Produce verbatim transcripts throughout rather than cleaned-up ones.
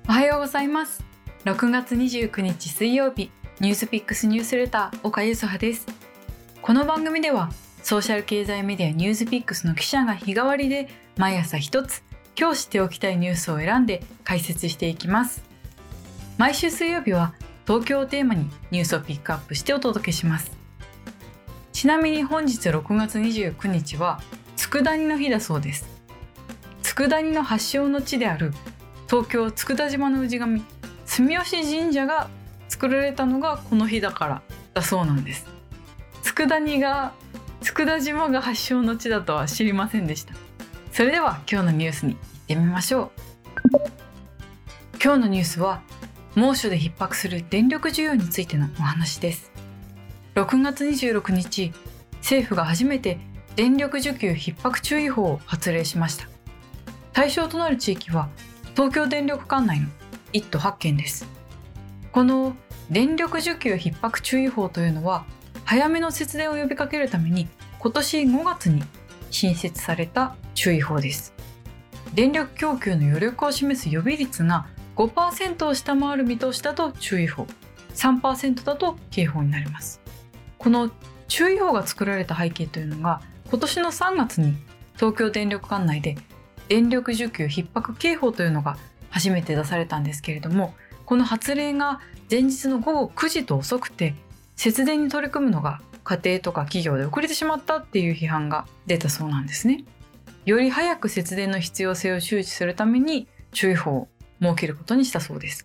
おはようございます。ろくがつにじゅうくにち水曜日、ニュースピックスニュースレター岡ゆずはです。この番組ではソーシャル経済メディアニュースピックスの記者が日替わりで毎朝一つ今日知っておきたいニュースを選んで解説していきます。毎週水曜日は東京をテーマにニュースをピックアップしてお届けします。ちなみに本日ろくがつにじゅうくにちは佃煮の日だそうです。佃煮の発祥の地である東京佃島の氏神住吉神社が作られたのがこの日だからだそうなんです。佃煮が佃島が発祥の地だとは知りませんでした。それでは今日のニュースに行ってみましょう。今日のニュースは猛暑で逼迫する電力需要についてのお話です。ろくがつにじゅうろくにち、政府が初めて電力需給逼迫注意報を発令しました。対象となる地域は東京電力管内のいっとはっけんです。この電力需給逼迫注意報というのは早めの節電を呼びかけるために今年ごがつに新設された注意報です。電力供給の余力を示す予備率が ごパーセント を下回る見通しだと注意報、さんパーセント だと警報になります。この注意報が作られた背景というのが今年のさんがつに東京電力管内で電力需給逼迫警報というのが初めて出されたんですけれども、この発令が前日のごごくじと遅くて節電に取り組むのが家庭とか企業で遅れてしまったっていう批判が出たそうなんですね。より早く節電の必要性を周知するために注意報を設けることにしたそうです。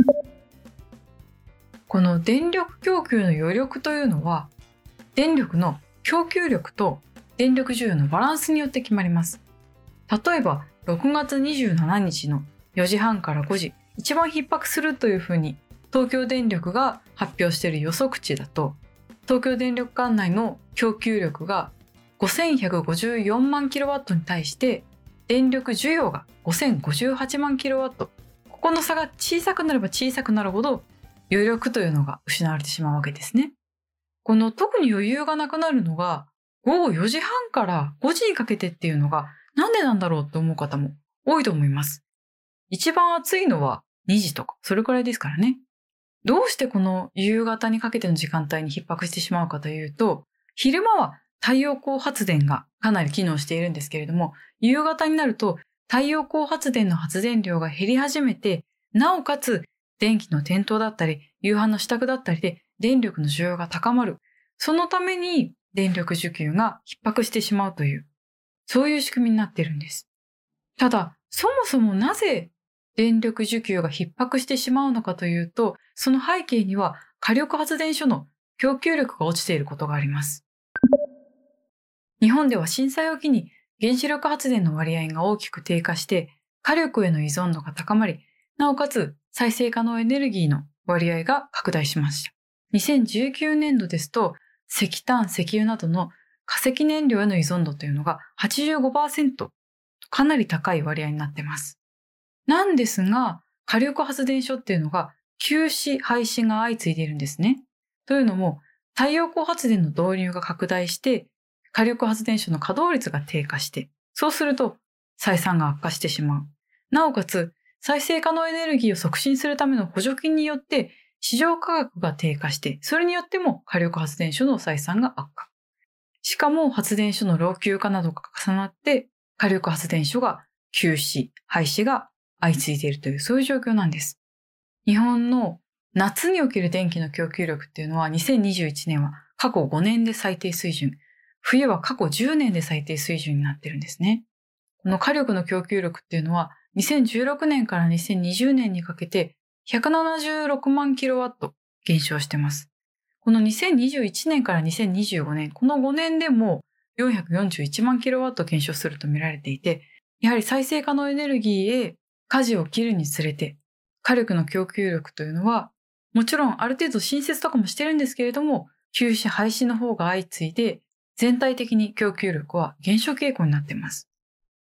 この電力供給の余力というのは電力の供給力と電力需要のバランスによって決まります。例えばろくがつにじゅうしちにちのよじはんからごじ、一番逼迫するというふうに東京電力が発表している予測値だと、東京電力管内の供給力がごせんひゃくごじゅうよんまんキロワットに対して電力需要がごせんごじゅうはちまんキロワット、ここの差が小さくなれば小さくなるほど余力というのが失われてしまうわけですね。この特に余裕がなくなるのがごごよじはんからごじにかけてっていうのがなんでなんだろうと思う方も多いと思います。一番暑いのはにじとかそれくらいですからね。どうしてこの夕方にかけての時間帯に逼迫してしまうかというと、昼間は太陽光発電がかなり機能しているんですけれども、夕方になると太陽光発電の発電量が減り始めて、なおかつ電気の点灯だったり夕飯の支度だったりで電力の需要が高まる。そのために電力需給が逼迫してしまうという、そういう仕組みになっているんです。ただ、そもそもなぜ電力需給が逼迫してしまうのかというと、その背景には火力発電所の供給力が落ちていることがあります。日本では震災を機に原子力発電の割合が大きく低下して火力への依存度が高まり、なおかつ再生可能エネルギーの割合が拡大しました。にせんじゅうきゅうねんどですと石炭、石油などの化石燃料への依存度というのが はちじゅうごパーセント、かなり高い割合になっています。なんですが、火力発電所っていうのが休止、廃止が相次いでいるんですね。というのも、太陽光発電の導入が拡大して、火力発電所の稼働率が低下して、そうすると採算が悪化してしまう。なおかつ、再生可能エネルギーを促進するための補助金によって市場価格が低下して、それによっても火力発電所の採算が悪化。しかも発電所の老朽化などが重なって、火力発電所が休止、廃止が相次いでいるという、そういう状況なんです。日本の夏における電気の供給力っていうのはにせんにじゅういちねんは過去ごねんで最低水準、冬は過去じゅうねんで最低水準になってるんですね。この火力の供給力っていうのはにせんじゅうろくねんからにせんにじゅうねんにかけてひゃくななじゅうろくまんキロワット減少してます。このにせんにじゅういちねんからにせんにじゅうごねん、このごねんでもよんひゃくよんじゅういちまんキロワット減少すると見られていて、やはり再生可能エネルギーへ舵を切るにつれて、火力の供給力というのは、もちろんある程度新設とかもしてるんですけれども、休止廃止の方が相次いで、全体的に供給力は減少傾向になっています。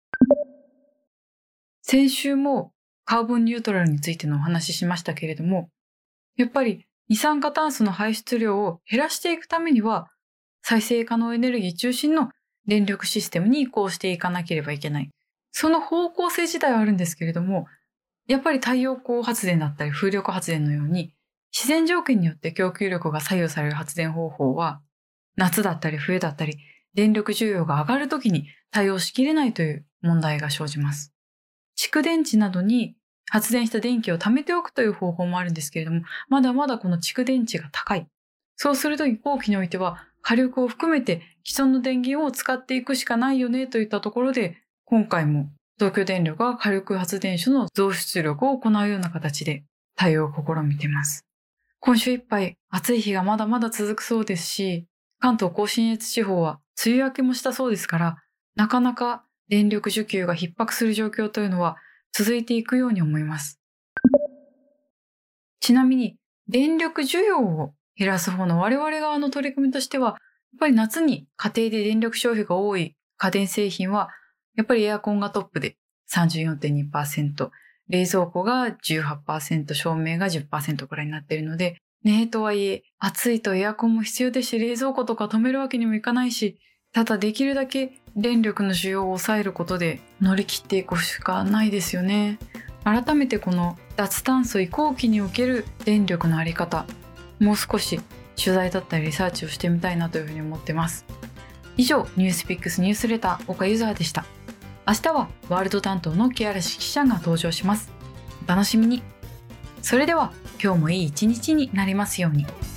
先週もカーボンニュートラルについてのお話ししましたけれども、やっぱり二酸化炭素の排出量を減らしていくためには、再生可能エネルギー中心の電力システムに移行していかなければいけない。その方向性自体はあるんですけれども、 やっぱり太陽光発電だったり風力発電のように自然条件によって供給力が左右される発電方法は夏だったり冬だったり電力需要が上がるときに対応しきれないという問題が生じます。蓄電池などに発電した電気を貯めておくという方法もあるんですけれども、まだまだこの蓄電池が高い。そうすると後期においては火力を含めて既存の電源を使っていくしかないよねといったところで、今回も東京電力が火力発電所の増出力を行うような形で対応を試みています。今週いっぱい暑い日がまだまだ続くそうですし、関東甲信越地方は梅雨明けもしたそうですから、なかなか電力需給が逼迫する状況というのは続いていくように思います。ちなみに電力需要を減らす方の我々側の取り組みとしては、やっぱり夏に家庭で電力消費が多い家電製品はやっぱりエアコンがトップで さんじゅうよんてんにパーセント、冷蔵庫が じゅうはちパーセント、照明が じゅっパーセント くらいになっているので、ねえとはいえ暑いとエアコンも必要ですし、冷蔵庫とか止めるわけにもいかないし、ただできるだけ電力の需要を抑えることで乗り切っていくしかないですよね。改めてこの脱炭素移行期における電力のあり方、もう少し取材だったりリサーチをしてみたいなというふうに思ってます。以上、ニュースピックスニュースレター岡ユザーでした。明日はワールド担当の木嵐記者が登場します。お楽しみに。それでは今日もいい一日になりますように。